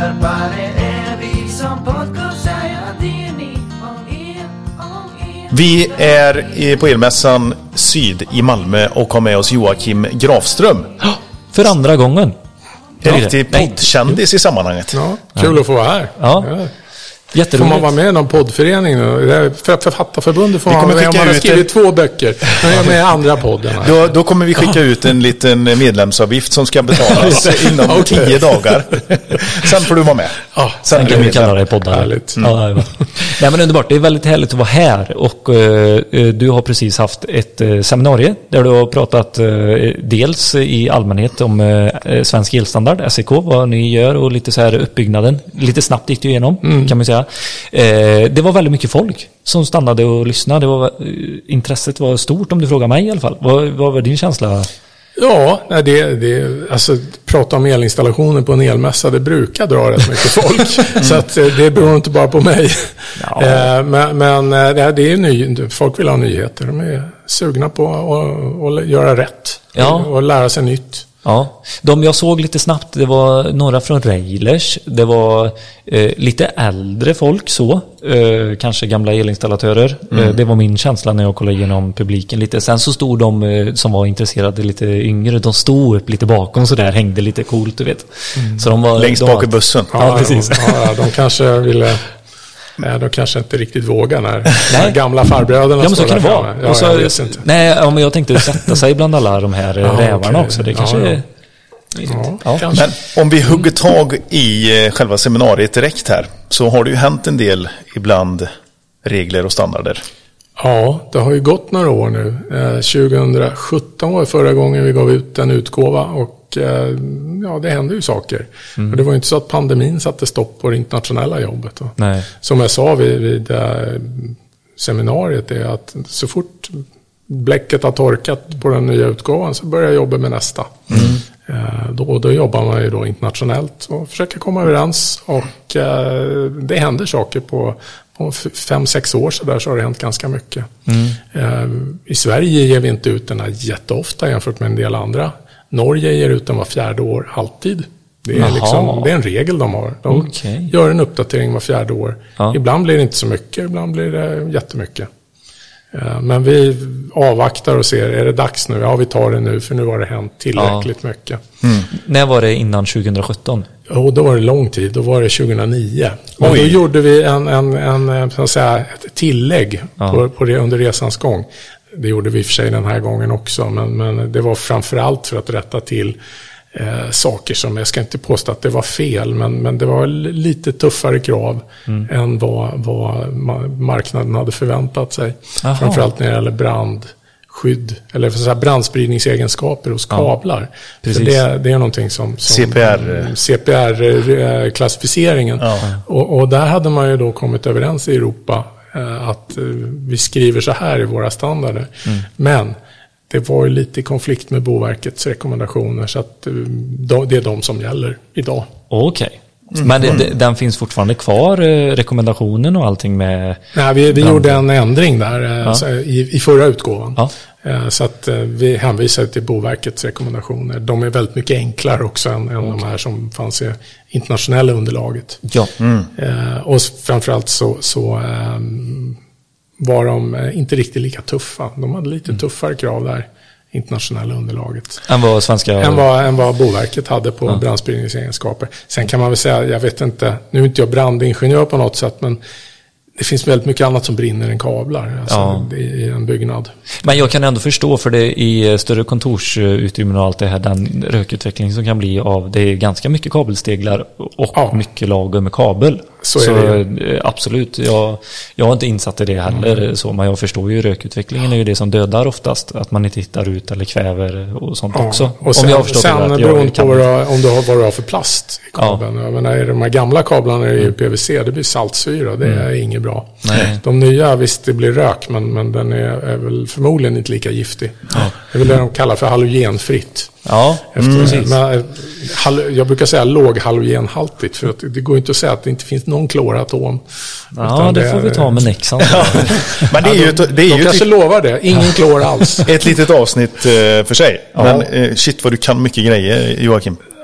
Vi är på Elmässan Syd i Malmö och har med oss Joakim Grafström. För andra gången. En riktig poddkändis i sammanhanget. Ja, kul att få vara här. Ja. Får man vara med i någon poddförening nu? För Författarförbundet får man vara med. Man har skrivit 2 böcker. Nu är jag med i andra podden. Då kommer vi skicka ut en liten medlemsavgift som ska betalas inom 10 dagar. Sen får du vara med. Sen kan vi kalla det poddar. Nej, men underbart. Det är väldigt härligt att vara här. Och du har precis haft ett seminarium där du har pratat dels i allmänhet om svensk elstandard, SEK, vad ni gör och lite så här uppbyggnaden. Lite snabbt gick du igenom, kan man säga. Det var väldigt mycket folk som stannade och lyssnade. Intresset var stort, om du frågar mig i alla fall. Vad var din känsla? Ja, alltså prata om elinstallationer på en elmässa, det brukar dra rätt mycket folk. Så att det beror inte bara på mig. Ja. Men det är folk vill ha nyheter. De är sugna på att göra rätt och lära sig nytt. Ja, de jag såg lite snabbt, det var några från Railers, det var lite äldre folk kanske gamla elinstallatörer. Det var min känsla när jag kollade igenom publiken lite. Sen så stod de som var intresserade lite yngre, de stod upp lite bakom så där, hängde lite coolt, du vet. Så de var längst bak i bussen. Ja, precis. Ja, de kanske ville... Nej, de kanske inte riktigt vågar när gamla farbröderna men så kan det vara. Jag vet inte. Nej, men jag tänkte sätta sig bland alla de här rävarna också. Det kanske Men om vi hugger tag i själva seminariet direkt här, så har det ju hänt en del ibland regler och standarder. Ja, det har ju gått några år nu. 2017 var förra gången vi gav ut en utgåva och det händer ju saker. Och det var ju inte så att pandemin satte stopp på det internationella jobbet. Nej. Som jag sa vid seminariet är att så fort bläcket har torkat på den nya utgåvan så börjar jag jobba med nästa. Då jobbar man ju då internationellt och försöker komma överens, och det händer saker på 5-6 år så där, så har det hänt ganska mycket. I Sverige ger vi inte ut den här jätteofta jämfört med en del andra. Norge ger ut den var 4:e år alltid. Det är, det är en regel de har. De gör en uppdatering var 4:e år. Ibland blir det inte så mycket, ibland blir det jättemycket. Men vi avvaktar och ser, är det dags nu? Ja, vi tar det nu, för nu har det hänt tillräckligt mycket. När var det innan 2017? Jo, då var det lång tid. Då var det 2009. Och då gjorde vi en så att säga, ett tillägg på det under resans gång. Det gjorde vi för sig den här gången också. Men det var framförallt för att rätta till saker som, jag ska inte påstå att det var fel, men det var lite tuffare krav än vad marknaden hade förväntat sig. Framförallt när det gäller brandskydd, eller för så här brandspridningsegenskaper hos kablar. Så det är någonting som CPR-klassificeringen. Och där hade man ju då kommit överens i Europa att vi skriver så här i våra standarder. Men det var ju lite i konflikt med Boverkets rekommendationer, så att det är de som gäller idag. Okej. Men den finns fortfarande kvar, rekommendationen och allting med... Nej, vi gjorde en ändring där i förra utgåvan. Så att vi hänvisar till Boverkets rekommendationer. De är väldigt mycket enklare också än de här som fanns i internationella underlaget. Och framförallt så var de inte riktigt lika tuffa. De hade lite tuffare krav där, internationella underlaget. Än vad Boverket hade på brandspridningsegenskaper. Sen kan man väl säga, jag vet inte, nu är inte jag brandingenjör på något sätt, men det finns väldigt mycket annat som brinner än kablar i en byggnad. Men jag kan ändå förstå, för det i större kontorsutrymmen och allt det här, den rökutveckling som kan bli av, det är ganska mycket kabelsteglar och mycket lager med kabel. Så absolut, jag har inte insatt i det heller, men jag förstår ju rökutvecklingen är ju det som dödar oftast, att man inte hittar ut eller kväver och sånt också. Och sen beroende på vad du har för plast i kabeln. Jag menar, de här gamla kablarna är ju PVC, det blir saltsyra, det är inget bra. Nej. De nya, visst det blir rök, men den är väl förmodligen inte lika giftig. Det är väl det de kallar för halogenfritt. Precis. Jag brukar säga låghalogenhaltigt, för att det går inte att säga att det inte finns någon kloratom. Det får vi ta med Nexan. Men det är ju kanske lovar det, ingen klor alls. Ett litet avsnitt för sig. Men shit vad du kan mycket grejer, Joakim.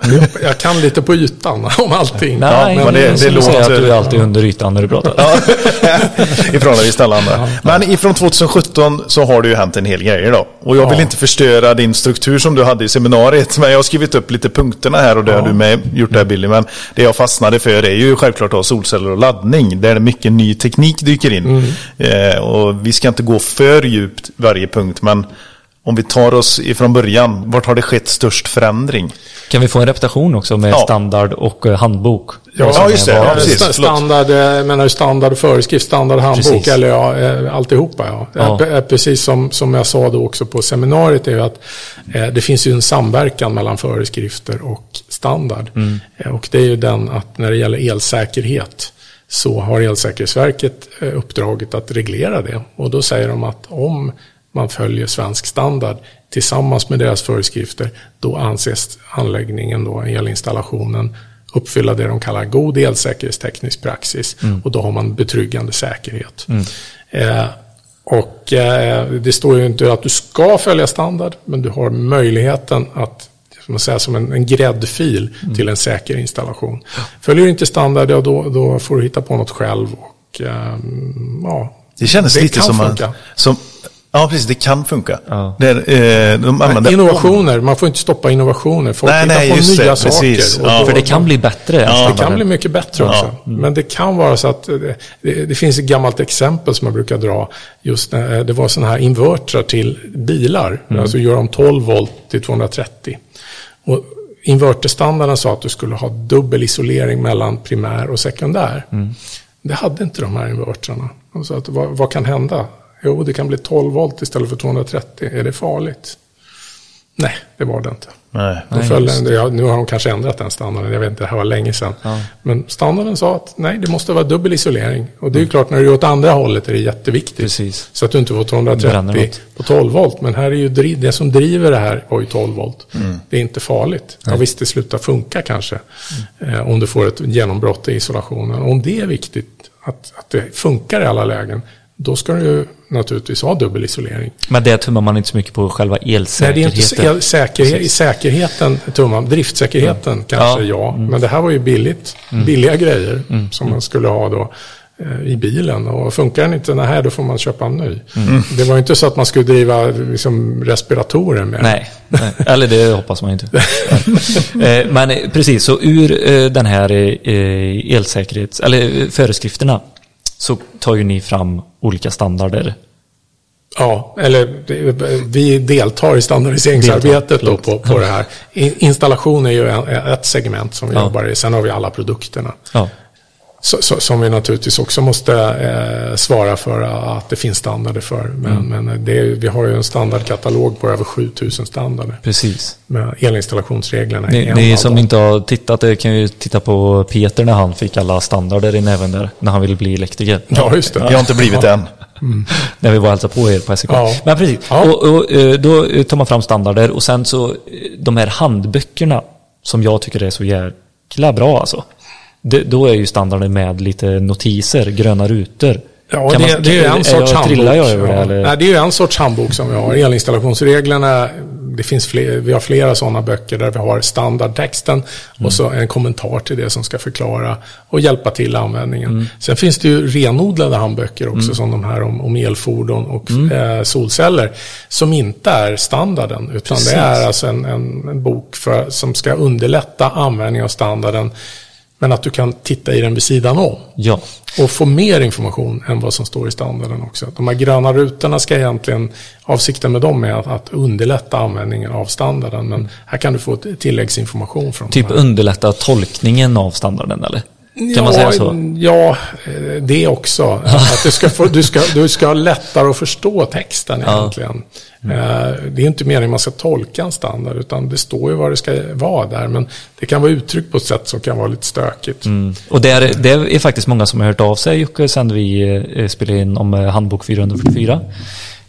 Jag kan lite på ytan om allting. Nej, men det låter att du är alltid under ytan när du pratar. Ifrån när vi ställer andra. Men ifrån 2017 så har det ju hänt en hel grej då. Och jag vill inte förstöra din struktur som du hade i seminariet. Men jag har skrivit upp lite punkterna här och det har du med gjort där, Billy. Men det jag fastnade för är ju självklart då solceller och laddning. Där mycket ny teknik dyker in. Och vi ska inte gå för djupt varje punkt, men om vi tar oss ifrån början, vart har det skett störst förändring? Kan vi få en repetition också med standard och handbok? Ja, just det. Ja, precis. Standard, föreskrift, standard, handbok, eller alltihopa. Precis som jag sa då också på seminariet, är att det finns ju en samverkan mellan föreskrifter och standard. Och det är ju den att när det gäller elsäkerhet så har Elsäkerhetsverket uppdraget att reglera det. Och då säger de att om man följer svensk standard tillsammans med deras föreskrifter, då anses anläggningen, då, elinstallationen, uppfylla det de kallar god elsäkerhetsteknisk praxis. Och då har man betryggande säkerhet. Det står ju inte att du ska följa standard, men du har möjligheten att, som man säger, som en gräddfil till en säker installation. Följer du inte standard, då får du hitta på något själv. Och det känns lite som ja, precis, det kan funka. Ja. Innovationer, man får inte stoppa innovationer. Folk hittar på nya saker. Precis. För det kan bli bättre. Det kan bli mycket bättre också. Men det kan vara så att det finns ett gammalt exempel som jag brukar dra. Just när det var sådana här invertrar till bilar. Alltså gör de 12 volt till 230. Och inverterstandarden sa att du skulle ha dubbel isolering mellan primär och sekundär. Det hade inte de här invertrarna. Så att, vad kan hända? Jo, det kan bli 12 volt istället för 230. Är det farligt? Nej, det var det inte. Nu har de kanske ändrat den standarden. Jag vet inte, det här var länge sedan. Men standarden sa att nej, det måste vara dubbel isolering. Och det är ju klart, när du är åt andra hållet är det jätteviktigt. Precis. Så att du inte får 230 på 12 volt. Men här är ju det som driver det här var ju 12 volt. Det är inte farligt. Ja, visst, det slutar funka kanske. Om du får ett genombrott i isolationen. Om det är viktigt att det funkar i alla lägen, då ska du ju naturligtvis ha dubbel isolering. Men det tummar man inte så mycket på själva elsäkerheten. Nej, det är inte säkerheten tummar. Driftsäkerheten kanske men det här var ju billiga grejer som man skulle ha då i bilen. Och funkar den inte då får man köpa en ny. Det var ju inte så att man skulle driva liksom respiratorer med. Nej, eller det hoppas man inte. Men precis, så ur den här elsäkerhets eller föreskrifterna så tar ju ni fram olika standarder. Ja, eller vi deltar i standardiseringsarbetet då på det här. Installation är ju ett segment som vi jobbar i. Sen har vi alla produkterna. Ja. Som vi naturligtvis också måste svara för att det finns standarder för. Men vi har ju en standardkatalog på över 7000 standarder. Precis. Med elinstallationsreglerna. Ni som inte har tittat, det kan ju titta på Peter när han fick alla standarder i näven där. När han ville bli elektriker. Ja, just det. Jag har inte blivit än. När vi var hälsa på er på SEK. Ja. Men precis. Ja. Och då tar man fram standarder. Och sen så de här handböckerna som jag tycker är så jäkla bra alltså. Då är ju standarden med lite notiser, gröna rutor. Ja, det är en sorts handbok. Trillar jag över det, eller? Nej, det är ju en sorts handbok som vi har. Elinstallationsreglerna, det finns vi har flera sådana böcker där vi har standardtexten och så en kommentar till det som ska förklara och hjälpa till användningen. Sen finns det ju renodlade handböcker också, som de här om elfordon och solceller, som inte är standarden, utan det är alltså en bok som ska underlätta användning av standarden. Men att du kan titta i den vid sidan om. Ja. Och få mer information än vad som står i standarden också. De här gröna rutorna ska egentligen, avsikten med dem är att underlätta användningen av standarden. Men här kan du få tilläggsinformation från typ underlätta tolkningen av standarden, eller? Kan man säga så? Ja, det också. Att du ska ha lättare att förstå texten egentligen. Det är inte meningen att man ska tolka en standard, utan det står ju vad det ska vara där. Men det kan vara uttryckt på ett sätt som kan vara lite stökigt. Och det är faktiskt många som har hört av sig, Jocke, sen vi spelade in om handbok 444.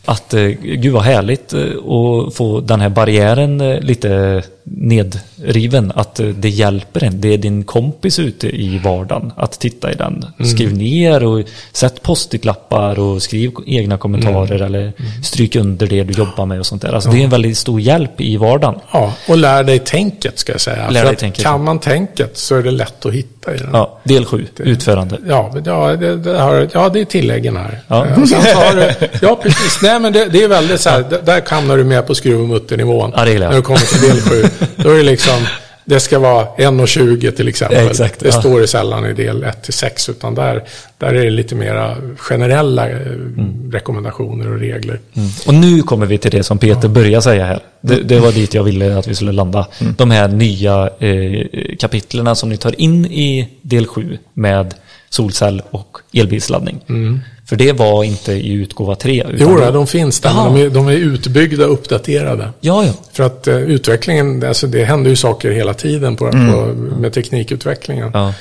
att gud vad härligt att få den här barriären lite nedriven, att det hjälper en. Det är din kompis ute i vardagen att titta i den. Skriv ner och sätt post-it-lappar och skriv egna kommentarer eller stryk under det du jobbar med och sånt där. Alltså det är en väldigt stor hjälp i vardagen. Ja, och lär dig tänket ska jag säga. För att kan man tänket så är det lätt att hitta i den. Ja, del 7, utförande. Ja, det är tilläggen här. Ja. Och sen så har du, ja, precis. Nej, men det är väldigt så här, där hamnar du med på skruv- och mutternivån. Ja, det är när du kommer till del 7. Då är det liksom, det ska vara 1,20 till exempel. Exakt, det står det sällan i del 1-6, utan där är det lite mera generella rekommendationer och regler. Och nu kommer vi till det som Peter började säga här. Det var dit jag ville att vi skulle landa. De här nya kapitlerna som ni tar in i del 7 med solcell och elbilsladdning. För det var inte i utgåva 3. Jo, de finns där. De är utbyggda och uppdaterade. Ja. För att utvecklingen, alltså det händer ju saker hela tiden med teknikutvecklingen. Ja.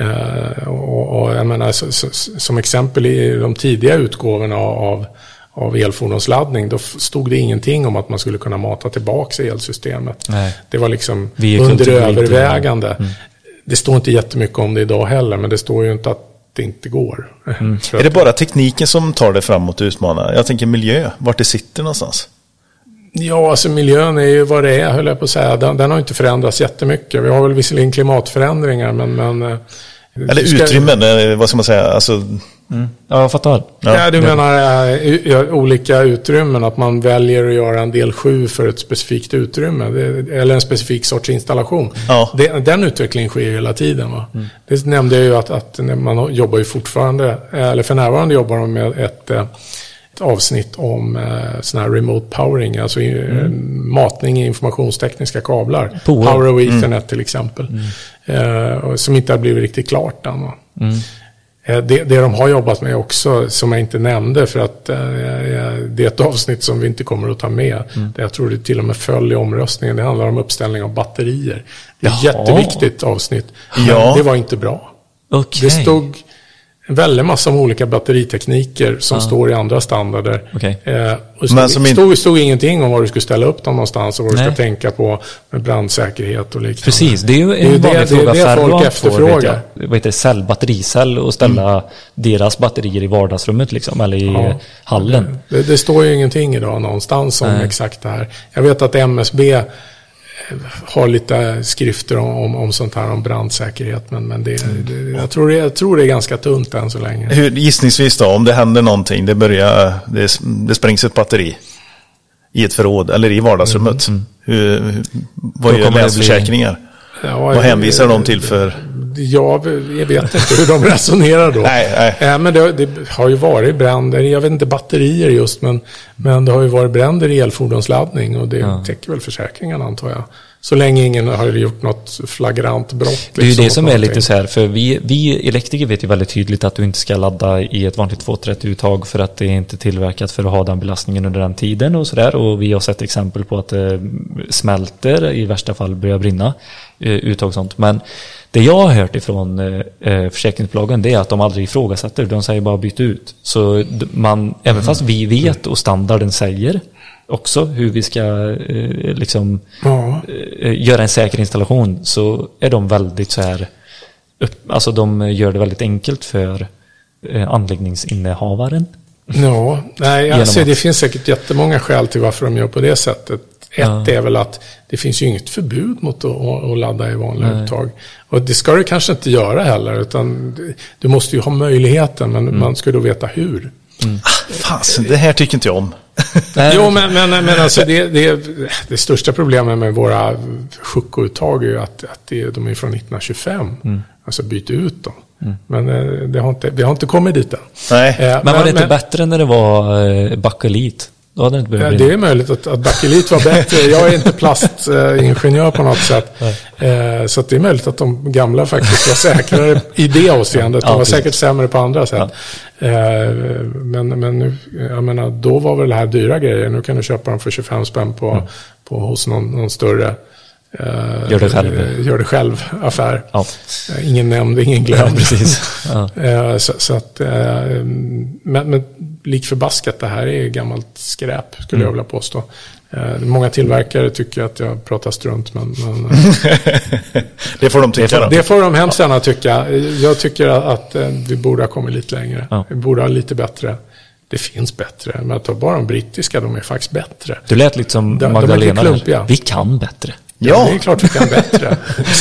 Och jag menar, som exempel i de tidiga utgåvorna av elfordonsladdning, då stod det ingenting om att man skulle kunna mata tillbaka elsystemet. Nej. Det var liksom under övervägande. Det står inte jättemycket om det idag heller, men det står ju inte att det inte går. Är det bara tekniken som tar det framåt och utmanar? Jag tänker miljö, vart det sitter någonstans? Ja, alltså miljön är ju vad det är, höll jag på att säga. Den har inte förändrats jättemycket. Vi har väl visserligen klimatförändringar, men eller utrymmen, vad ska man säga? Alltså... Ja, jag fattar. Ja, du menar olika utrymmen, att man väljer att göra en del 7 för ett specifikt utrymme, eller en specifik sorts installation. Ja. Den utvecklingen sker hela tiden. Va? Det nämnde jag ju att man jobbar ju fortfarande, eller för närvarande jobbar de med ett avsnitt om sån här remote powering, alltså matning i informationstekniska kablar. Power over Ethernet till exempel. Som inte har blivit riktigt klart än. Va? Det de har jobbat med också, som jag inte nämnde, för att det är ett avsnitt som vi inte kommer att ta med. Jag tror det till och med föll i omröstningen. Det handlar om uppställning av batterier. Det är ett jätteviktigt avsnitt. Men det var inte bra. Okay. Det stod en väldig massa om olika batteritekniker som står i andra standarder. Okay. Och stod ingenting om vad du skulle ställa upp dem någonstans och vad du ska tänka på med brandsäkerhet och liknande. Precis, det är ju en vanlig fråga det folk efterfrågar. Vad heter det? Battericell och ställa deras batterier i vardagsrummet liksom, eller i hallen. Det står ju ingenting idag någonstans om exakt det här. Jag vet att MSB har lite skrifter om sånt här, om brandsäkerhet, men jag tror det är ganska tunt än så länge. Hur, gissningsvis då, om det händer någonting, det sprängs ett batteri i ett förråd eller i vardagsrummet. Vad gör länsförsäkringar? Vad hänvisar de till för? Jag vet inte hur de resonerar då. Nej. Men det har ju varit bränder, jag vet inte batterier just, men det har ju varit bränder i elfordonsladdning, och det täcker väl försäkringen, antar jag. Så länge ingen har gjort något flagrant brott. Det är ju det som är lite så här, för vi elektriker vet ju väldigt tydligt att du inte ska ladda i ett vanligt 230-uttag, för att det är inte tillverkat för att ha den belastningen under den tiden och sådär. Och vi har sett exempel på att det smälter, i värsta fall börjar brinna uttag och sånt. Men det jag har hört ifrån försäkringsbolagen, det är att de aldrig ifrågasätter. De säger bara byt ut. Så även fast vi vet och standarden säger också hur vi ska göra en säker installation, så är de väldigt så här alltså de gör det väldigt enkelt för anläggningsinnehavaren. Ja, det finns säkert jättemånga skäl till varför de gör på det sättet. Ett är väl att det finns ju inget förbud mot att ladda i vanliga uttag. Och det ska du kanske inte göra heller, utan du måste ju ha möjligheten, men man ska då veta hur. Fan, det här tycker inte jag om. Jo, men alltså det största problemet med våra sjukkouttag är ju att de är från 1925. Alltså byta ut dem. Men vi har inte kommit dit än. Nej. Men var det inte bättre när det var bakelit? Då hade det inte behövt det är möjligt att bakelit var bättre. Jag är inte plastingenjör på något sätt. Så att det är möjligt att de gamla faktiskt var säkrare i det avseendet. De var säkert sämre på andra sätt. Men nu, jag menar, då var väl det här dyra grejer. Nu kan du köpa dem för 25 spänn hos någon större gör det själv affär. Ingen nämnd, ingen glömd. Precis. Så att, men likförbaskat, det här är gammalt skräp skulle jag vilja påstå. Många tillverkare tycker att jag pratar strunt, men det får de tycka. Det får de hemskt gärna tycka. Jag tycker att vi borde ha kommit lite längre. Ja. Vi borde ha lite bättre. Det finns bättre, men ta bara de brittiska, de är faktiskt bättre. Du lät lite som Magdalena. Vi kan bättre. Ja, det är klart vi kan bättre.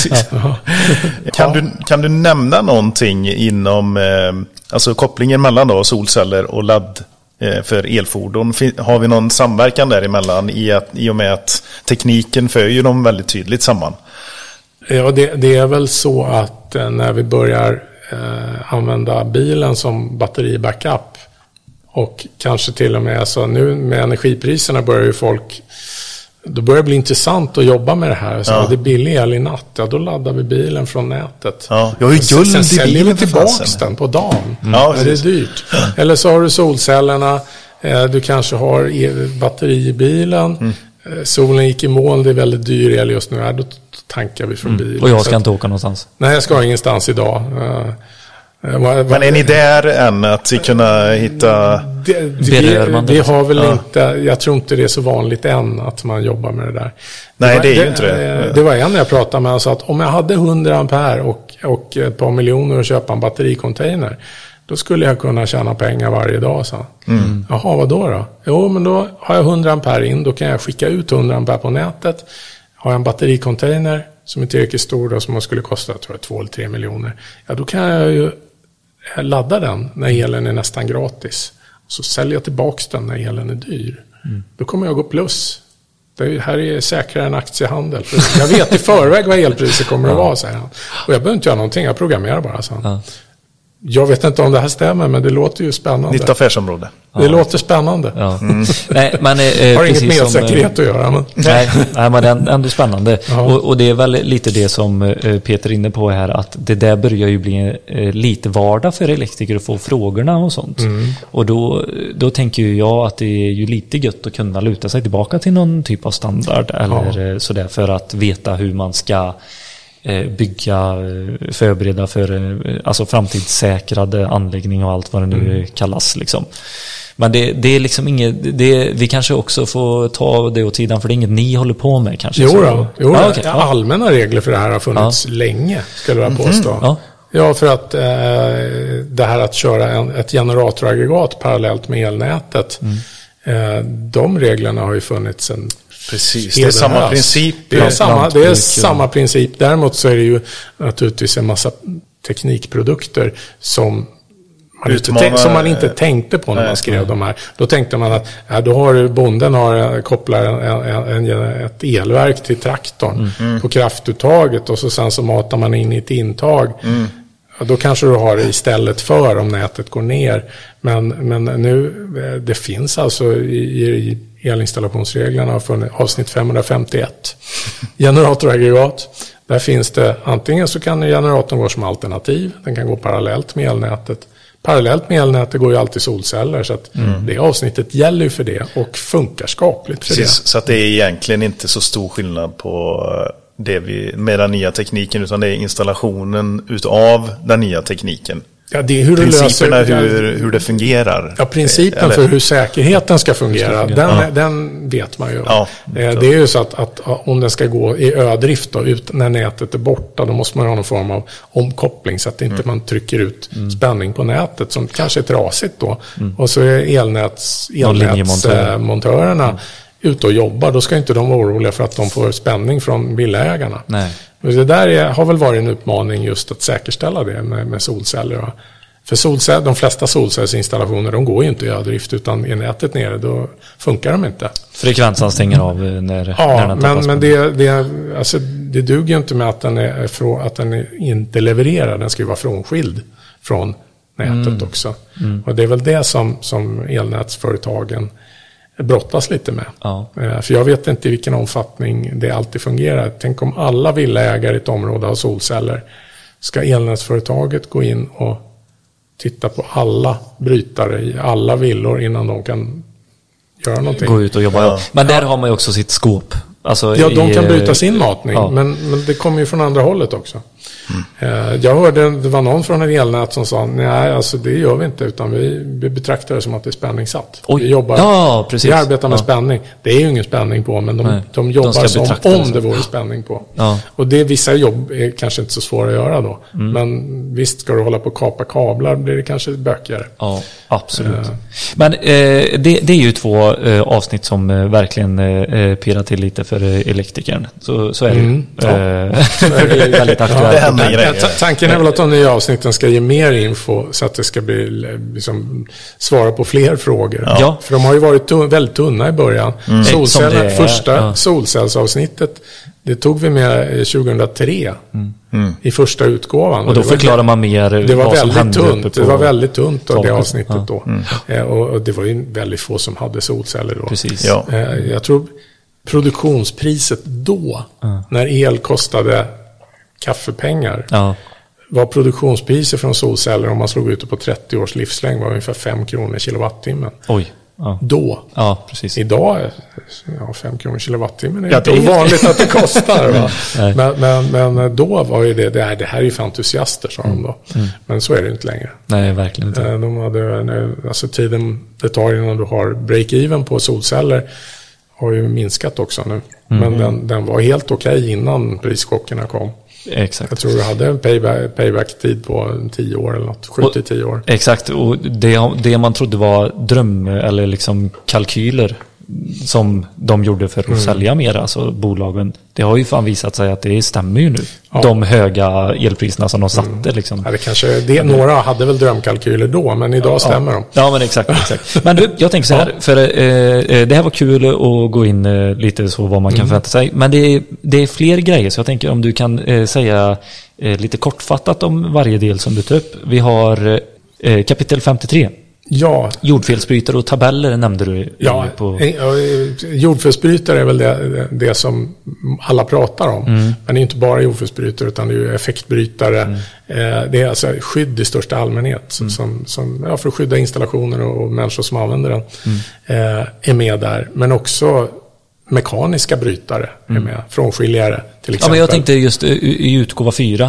Kan du nämna någonting inom alltså kopplingen mellan då solceller och ladd för elfordon? Har vi någon samverkan däremellan i och med att tekniken för ju dem väldigt tydligt samman? Ja, det är väl så att när vi börjar använda bilen som batteri-backup och kanske till och med alltså nu med energipriserna börjar ju folk, då börjar det bli intressant att jobba med det här. Så det är billig el i natt, då laddar vi bilen från nätet. Ja, jag har ju guld sen säljer vi tillbaka den på dagen. Ja, det är dyrt. Eller så har du solcellerna, du kanske har batteri i bilen. Solen gick i moln, det är väldigt dyr el just nu. Då tankar vi från bilen. Och jag ska inte åka någonstans. Nej, jag ska ingenstans idag. Men är ni där än att kunna hitta... Vi har väl inte, jag tror inte det är så vanligt än att man jobbar med det där. Nej, det är ju inte det. Det var en jag pratade med, han sa att om jag hade 100 ampere och ett par miljoner att köpa en battericontainer, då skulle jag kunna tjäna pengar varje dag, så. Jaha, vad då? Jo, men då har jag 100 ampere in, då kan jag skicka ut 100 ampere på nätet. Har jag en battericontainer som är tillräckligt stor då, som man skulle kosta, tror jag, 2 eller 3 miljoner. Ja, då kan jag ju ladda den när elen är nästan gratis. Så säljer jag tillbaka den när elen är dyr. Då kommer jag gå plus. Det här är säkrare än aktiehandel. För jag vet i förväg vad elpriset kommer att vara, säger han. Och jag behöver inte göra någonting, jag programmerar bara, så. Jag vet inte om det här stämmer, men det låter ju spännande. Nytt affärsområde. Det låter spännande. Ja. Nej, men, har inget med säkerhet att göra. Men. Nej, men det är ändå spännande. Och det är väl lite det som Peter är inne på här, att det där börjar ju bli lite vardag för elektriker att få frågorna och sånt. Och då tänker ju jag att det är ju lite gött att kunna luta sig tillbaka till någon typ av standard eller sådär, för att veta hur man ska bygga, förbereda för alltså framtidssäkrade anläggning och allt vad det nu kallas liksom. Men det är liksom inget, vi kanske också får ta det åt sidan, för det är inget ni håller på med kanske. Jo, okay. Allmänna regler för det här har funnits länge, skulle jag påstå. Ja, för att det här att köra ett generatoraggregat parallellt med elnätet, de reglerna har ju funnits sedan. Precis, det är samma princip. Det är samma princip. Däremot så är det ju naturligtvis en massa teknikprodukter som man inte tänkte på när man skrev de här. Då tänkte man att då har bonden kopplat ett elverk till traktorn på kraftuttaget, och så sen så matar man in i ett intag. Då kanske du har det istället för om nätet går ner. Men nu, det finns alltså i elinstallationsreglerna från avsnitt 551 generatoraggregat. Där finns det, antingen så kan generatorn gå som alternativ, den kan gå parallellt med elnätet. Parallellt med elnätet går ju alltid solceller, så att det avsnittet gäller ju för det och funkar skapligt för det. Så att det är egentligen inte så stor skillnad på det med den nya tekniken, utan det är installationen utav den nya tekniken. Ja, det är hur principerna hur det fungerar. Ja, principen för hur säkerheten ska fungera, den vet man ju. Ja, det är ju så att om den ska gå i ödrift då, ut när nätet är borta, då måste man ha någon form av omkoppling så att inte man trycker ut spänning på nätet som kanske är trasigt då. Och så är elnätsmontörerna ute och jobbar, då ska inte de vara oroliga för att de får spänning från villaägarna. Nej. Det där har väl varit en utmaning just att säkerställa det med solceller. Va? För de flesta solcellsinstallationer, de går ju inte i ödrift, utan är nätet nere, då funkar de inte. Frekvensen stänger av när men det duger ju inte med att den inte levererar, den ska ju vara frånskild från nätet också. Och det är väl det som elnätsföretagen brottas lite med. För jag vet inte i vilken omfattning det alltid fungerar. Tänk om alla villaägare i ett område har solceller. Ska elnätsföretaget gå in och titta på alla brytare i alla villor innan de kan göra någonting? Gå ut och jobba. Ja. Men där har man ju också sitt skåp. Alltså de kan bryta sin matning, men det kommer ju från andra hållet också. Jag hörde, det var någon från en elnät som sa, nej, alltså det gör vi inte, utan vi betraktar det som att det är spänningssatt. Vi arbetar med spänning. Det är ju ingen spänning på, men de jobbar som om det vore spänning på. Ja. Och vissa jobb är kanske inte så svåra att göra då. Men visst, ska du hålla på att kapa kablar, blir det kanske bökigare. Ja, absolut. Men det är ju 2 avsnitt som verkligen pirrar till lite för elektrikern. Så är det ju. För det är väldigt aktuellt. Tanken är väl att de nya avsnitten ska ge mer info så att det ska bli liksom, svara på fler frågor. Ja. För de har ju varit väldigt tunna i början. Första solcellsavsnittet, det tog vi med 2003 i första utgåvan. Och då förklarar man mer vad som hände tunt. Det var väldigt tunt av det avsnittet då. Och det var ju väldigt få som hade solceller då. Precis. Ja. Jag tror produktionspriset då, när el kostade kaffepengar, var produktionspriser från solceller, om man slog ut det på 30 års livslängd, var ungefär 5 kronor kilowattimmen. Oj. Ja. Då. Ja, precis. Idag 5 kronor kilowattimmen är inte ovanligt att det kostar. Va? Men då var ju det här är ju för entusiaster, sa de då. Men så är det inte längre. Nej, verkligen inte. De hade, alltså tiden det tar innan du har break-even på solceller har ju minskat också nu. Men den var helt okej innan prischockerna kom. Exakt. Jag tror du hade en payback-tid på 10 år eller något, 7-10 år. Exakt, och det man trodde var dröm eller liksom kalkyler som de gjorde för att sälja mer, alltså bolagen, det har ju fan visat sig att det stämmer ju nu. Ja. De höga elpriserna som de satte liksom. Ja, det kanske, några hade väl drömkalkyler då, men idag stämmer de. Ja, men exakt. Men du, jag tänker så här, för det här var kul att gå in lite så vad man kan förvänta sig, men det är fler grejer, så jag tänker om du kan säga lite kortfattat om varje del som du tar upp. Vi har kapitel 53. Ja. Jordfelsbrytare och tabeller nämnde du. Jordfelsbrytare är väl det som alla pratar om. Men det är inte bara jordfelsbrytare, utan det är ju effektbrytare. Det är alltså skydd i största allmänhet för att skydda installationer och människor som använder den är med där. Men också mekaniska brytare är med, frånskiljare till exempel. Ja, men jag tänkte just i utgåva 4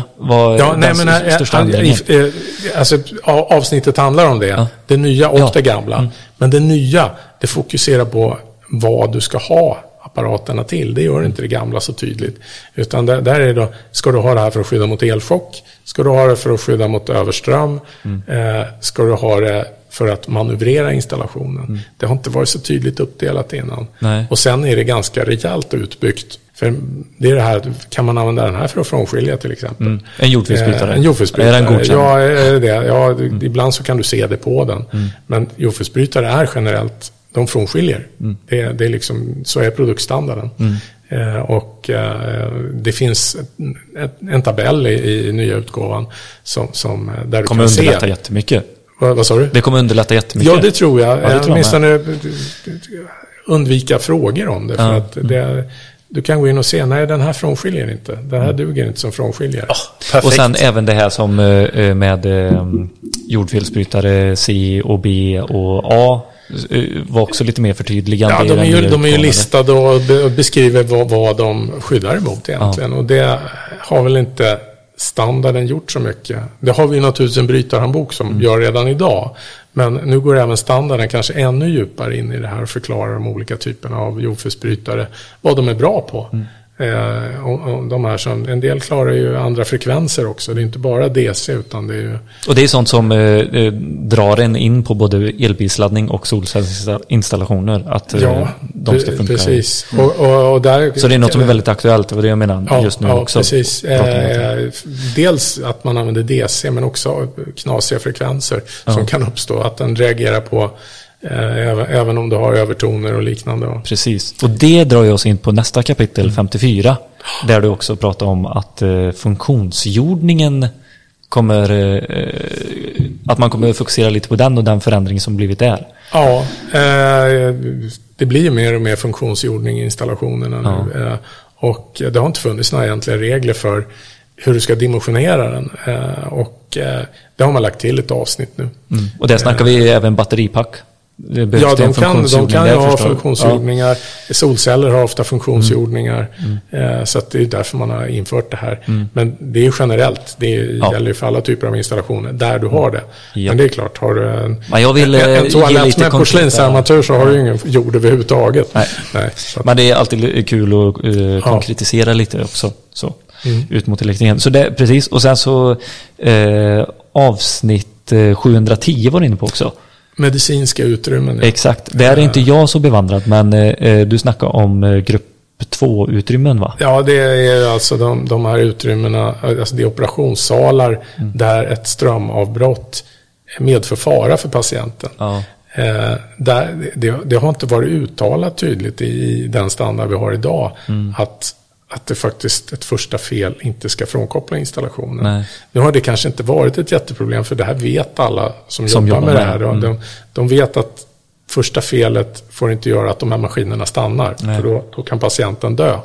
var största anledningen. Alltså, avsnittet handlar om det. Ja. Det nya och det gamla. Men det nya, det fokuserar på vad du ska ha apparaterna till. Det gör inte det gamla så tydligt. Utan där är det då, ska du ha det här för att skydda mot elchock? Ska du ha det för att skydda mot överström? Ska du ha det för att manövrera installationen? Det har inte varit så tydligt uppdelat innan. Nej. Och sen är det ganska rejält utbyggt. För det är det här, kan man använda den här för att frånskilja till exempel? En jordfelsbrytare? En jordfelsbrytare. Är den godkänd? Ibland så kan du se det på den. Men jordfelsbrytare är generellt, de frånskiljer. Det är liksom, så är produktstandarden. Och det finns en tabell i nya utgåvan som där du kan se. Kommer underlätta jättemycket. Vad sa du? Det kommer underlätta jättemycket. Ja, det tror jag. Åtminstone undvika frågor om det. För att du kan gå in och se, nej, den här frånskiljer inte. Den här duger inte som frånskiljare. Och sen även det här som med jordfelsbrytare C och B och A var också lite mer förtydligande. Ja, de är ju listade och beskriver vad de skyddar emot egentligen. Och det har väl inte standarden gjort så mycket. Det har vi ju naturligtvis en brytarhandbok som gör redan idag. Men nu går även standarden kanske ännu djupare in i det här och förklarar de olika typerna av jordfelsbrytare, vad de är bra på. Och de här som, en del klarar ju andra frekvenser också. Det är inte bara DC, utan det är ju... Och det är sånt som drar en in på både elbilsladdning och solcellsinstallationer, att de ska funka. Precis. Och där, så det är något som är väldigt aktuellt, vad det jag menar just nu också. Precis. Dels att man använder DC, men också knasiga frekvenser som kan uppstå, att den reagerar på även om du har övertoner och liknande. Precis, och det drar ju oss in på nästa kapitel 54, där du också pratar om att funktionsjordningen kommer, att man kommer fokusera lite på den och den förändring som blivit där. Ja, det blir ju mer och mer funktionsjordning i installationerna nu. Och det har inte funnits några egentliga regler för hur du ska dimensionera den. Och det har man lagt till ett avsnitt nu. Och där snackar vi även batteripack. Ja, de kan ju ha funktionsjordningar. Ja. Solceller har ofta funktionsjordningar. Så att det är därför man har infört det här. Men det är generellt. Det gäller för alla typer av installationer där du har det. Ja. Men det är klart, har du en toalett med porslinsarmatur så har du ju ingen jord överhuvudtaget. Nej, men det är alltid kul att konkretisera lite också. Så. Ut mot elektriken. Så det, precis. Och sen så avsnitt 710 var inne på också. Medicinska utrymmen. Ja. Exakt. Där är inte jag så bevandrad, men du snackar om grupp 2-utrymmen, va? Ja, det är alltså de här utrymmena, alltså det är operationssalar där ett strömavbrott medför fara för patienten. Ja. Det har inte varit uttalat tydligt i den standard vi har idag att det faktiskt ett första fel inte ska frånkoppla installationen. Nej. Nu har det kanske inte varit ett jätteproblem, för det här vet alla som jobbar med det här. De vet att första felet får inte göra att de här maskinerna stannar. Nej. För då kan patienten dö.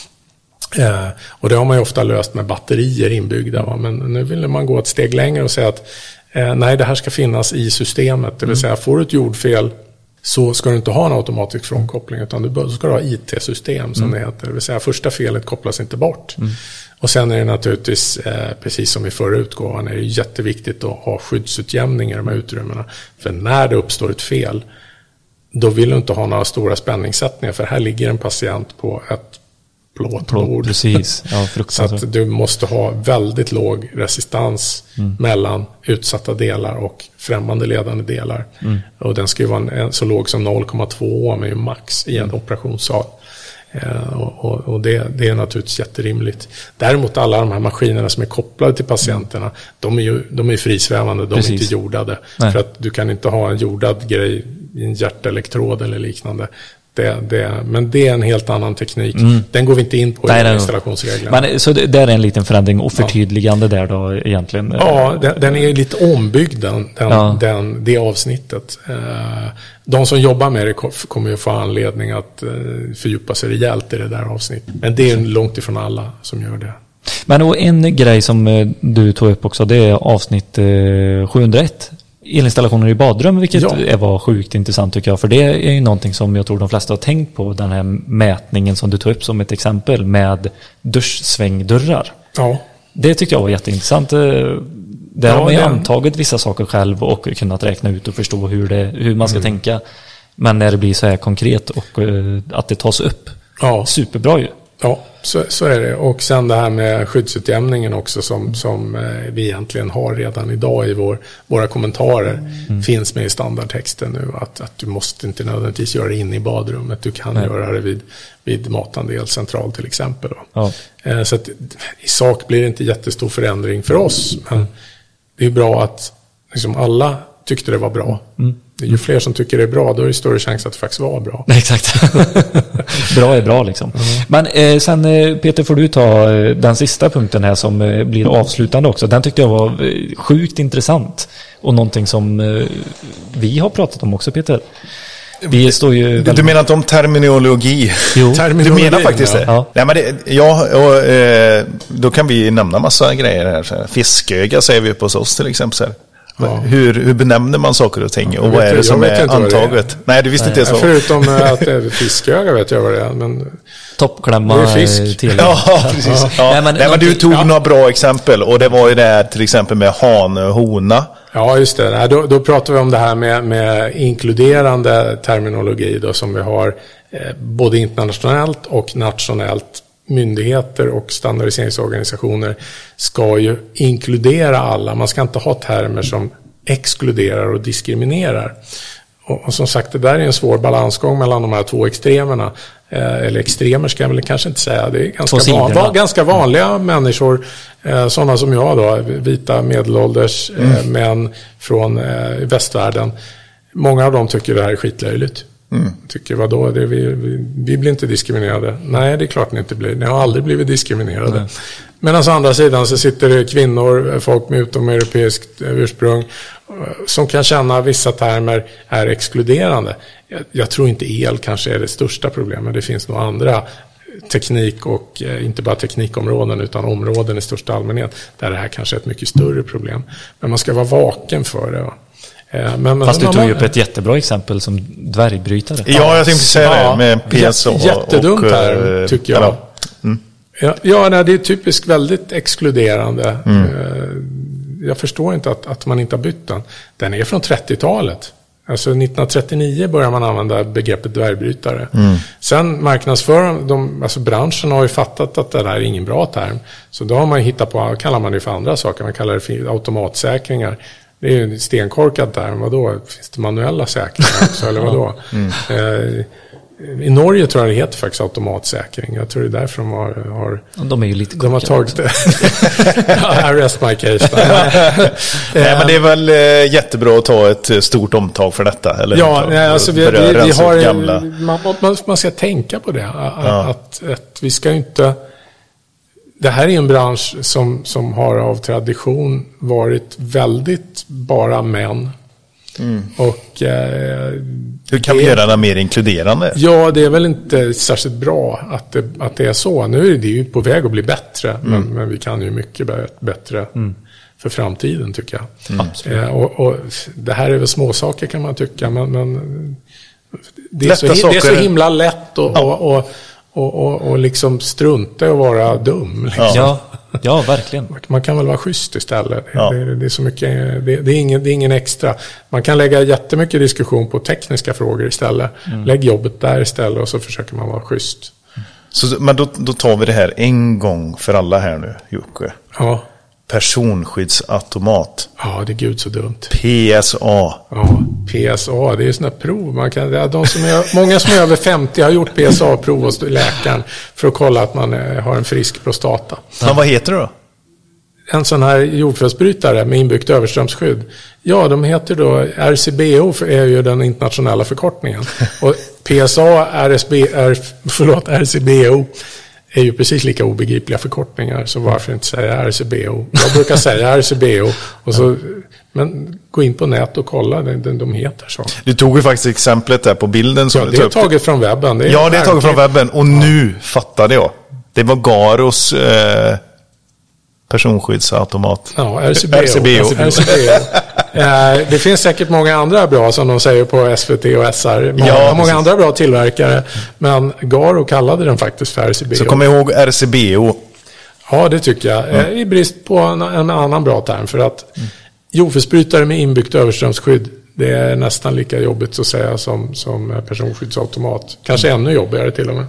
Och det har man ju ofta löst med batterier inbyggda. Va? Men nu vill man gå ett steg längre och säga att nej, det här ska finnas i systemet. Det vill säga, får du ett jordfel så ska du inte ha en automatisk frånkoppling, utan du ska ha IT-system som det heter. Det vill säga, första felet kopplas inte bort. Och sen är det naturligtvis, precis som i förra utgåvan, är det jätteviktigt att ha skyddsutjämning i de här utrymmena. För när det uppstår ett fel, då vill du inte ha några stora spänningssättningar, för här ligger en patient på ett plåtbord. Precis. Ja, så att du måste ha väldigt låg resistans mellan utsatta delar och främmande ledande delar. Och den ska ju vara så låg som 0,2 ohm är ju max i en operationssal. Och det är naturligtvis jätterimligt. Däremot alla de här maskinerna som är kopplade till patienterna, de är frisvävande, de är inte jordade. Nej. För att du kan inte ha en jordad grej i en hjärtelektrod eller liknande. Men det är en helt annan teknik. Den går vi inte in på i installationsreglerna. Men, så det är en liten förändring och förtydligande där då egentligen? Ja, den är lite ombyggd det avsnittet. De som jobbar med det kommer ju få anledning att fördjupa sig rejält i det där avsnittet. Men det är långt ifrån alla som gör det. Men och en grej som du tog upp också, det är avsnitt 701. Elinstallationer i badrum, vilket var sjukt intressant tycker jag. För det är ju någonting som jag tror de flesta har tänkt på, den här mätningen som du tog upp som ett exempel med duschsvängdörrar. Ja. Det tyckte jag var jätteintressant. Där har man ju antagit vissa saker själv och kunnat räkna ut och förstå hur man ska tänka. Men när det blir så här konkret och att det tas upp. Ja. Superbra ju. Ja, så är det. Och sen det här med skyddsutjämningen också som vi egentligen har redan idag i våra kommentarer finns med i standardtexten nu. Att du måste inte nödvändigtvis göra det inne i badrummet. Du kan göra det vid matande elcentral till exempel. Ja. Så att i sak blir det inte jättestor förändring för oss. Men det är bra att liksom alla tyckte det var bra. Ju fler som tycker det är bra, då är det större chans att det faktiskt var bra. Exakt. Bra är bra liksom. Men sen Peter, får du ta den sista punkten här som blir avslutande också. Den tyckte jag var sjukt intressant. Och någonting som vi har pratat om också, Peter. Vi står ju du menar inte om terminologi? Jo. Du menar faktiskt det? Ja. Nej, men då kan vi nämna massa grejer här. Fisköga säger vi på oss till exempel så här. Ja. Hur benämner man saker och ting? Och vad är det som är antaget? Nej, du visste inte så. Förutom att det är fisköga vet jag vad det är. Men toppklämma det är fisk. Ja, precis. Ja. Nej, men du tog några bra exempel. Och det var ju det här till exempel med hane och hona. Ja, just det. Då pratar vi om det här med inkluderande terminologi då, som vi har både internationellt och nationellt. Myndigheter och standardiseringsorganisationer ska ju inkludera alla. Man ska inte ha termer som exkluderar och diskriminerar. Och som sagt, det där är en svår balansgång mellan de här två extremerna. Eller extremer ska jag väl kanske inte säga. Det är ganska vanliga människor, sådana som jag då, vita medelålders män från västvärlden. Många av dem tycker det här är skitlöjligt. Tycker vadå, vi blir inte diskriminerade. Nej, det är klart ni inte blir. Ni har aldrig blivit diskriminerade. Nej. Men å andra sidan så sitter det kvinnor, folk med utomeuropeiskt ursprung som kan känna vissa termer är exkluderande. Jag tror inte el kanske är det största problemet. Det finns nog andra teknik och inte bara teknikområden utan områden i största allmänhet där det här kanske är ett mycket större problem. Men man ska vara vaken för det. Fast du tog ju upp ett jättebra exempel som dvärgbrytare. Ja, jag tänkte säga det med PSA. Jättedumt här tycker jag. Ja, det är typiskt väldigt exkluderande. Jag förstår inte att man inte har bytt den. Den är från 30-talet. Alltså 1939 börjar man använda begreppet dvärgbrytare. Sen marknadsför branschen har ju fattat att det där är ingen bra term. Så då har man hittat på, kallar man det för andra saker. Man kallar det för automatsäkringar. Det är ju en stenkorkad term. Vadå? Finns det manuella säkringar också, eller vadå? I Norge tror jag det heter faktiskt automatsäkring. Jag tror det är därför de är ju lite de har tagit det. I rest my case. Nej, men det är väl jättebra att ta ett stort omtag för detta. Eller alltså vi har gamla. Man ska tänka på det. Att vi ska inte... Det här är en bransch som har av tradition varit väldigt bara män. Och hur kan vi göra det mer inkluderande? Ja, det är väl inte särskilt bra att det är så. Nu är det ju på väg att bli bättre, men vi kan ju mycket bättre för framtiden tycker jag. Och det här är väl små saker kan man tycka, men det är så himla lätt och liksom strunta och vara dum. Liksom. Ja, verkligen. Man kan väl vara schysst istället. Det är så mycket, det är ingen extra. Man kan lägga jättemycket diskussion på tekniska frågor istället. Lägg jobbet där istället och så försöker man vara schysst. Men då tar vi det här en gång för alla här nu, Jocke. Ja. Personskyddsautomat. Ja, det är gud så dumt. PSA. Ja, PSA, det är ju sådana prov. Många som är över 50 har gjort PSA-prov hos läkaren för att kolla att man har en frisk prostata. Men vad heter det då? En sån här jordfelsbrytare med inbyggt överströmsskydd. Ja, de heter då RCBO är ju den internationella förkortningen. Och PSA, RCBO är ju precis lika obegripliga förkortningar, så varför inte säga RCBO? Jag brukar säga RCBO, men gå in på nät och kolla, de heter så. Du tog ju faktiskt exemplet där på bilden. Som det är taget från webben. Det är taget från webben, och nu fattade jag. Det var Garos personskyddsautomat. Ja, RCBO. Det finns säkert många andra bra, som de säger på SVT och SR. Många andra bra tillverkare, men Garo kallade den faktiskt för RCBO. Så kom ihåg RCBO. Ja, det tycker jag. I brist på en annan bra term, för att jordfelsbrytare med inbyggt överströmsskydd, det är nästan lika jobbigt att säga som personskyddsautomat. Kanske ännu jobbigare till och med.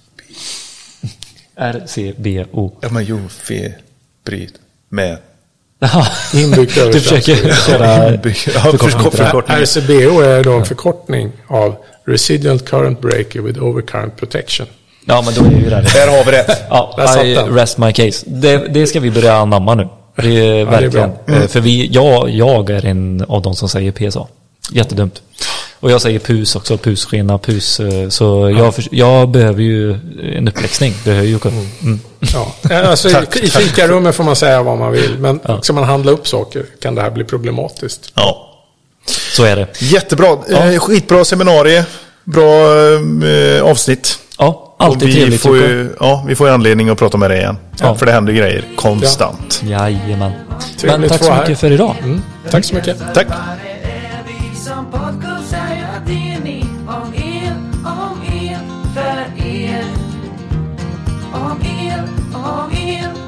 RCBO. Ja, men jordfelsbryt med inbyggt överströmsskydd. Du försöker köra förkortning. RCBO är då en förkortning av Residual Current Breaker with Overcurrent Protection. Ja, men då är ju det. Där har vi rätt. Ja, I rest my case. Det ska vi börja anamma nu. Det är verkligen. För jag är en av de som säger PSA. Jättedumt. Och jag säger pus också, pusskena, pus. Så jag behöver ju en uppläxning. Behöver ju alltså i fikarummet får man säga vad man vill. Men ska man handla upp saker kan det här bli problematiskt. Ja, så är det. Jättebra. Skitbra seminarie. Bra avsnitt. Ja, alltid trevligt. Vi får ju anledning att prata med dig igen. Ja. För det händer grejer konstant. Jajamän. Men tack så mycket för idag. Tack så mycket. Tack. Om er.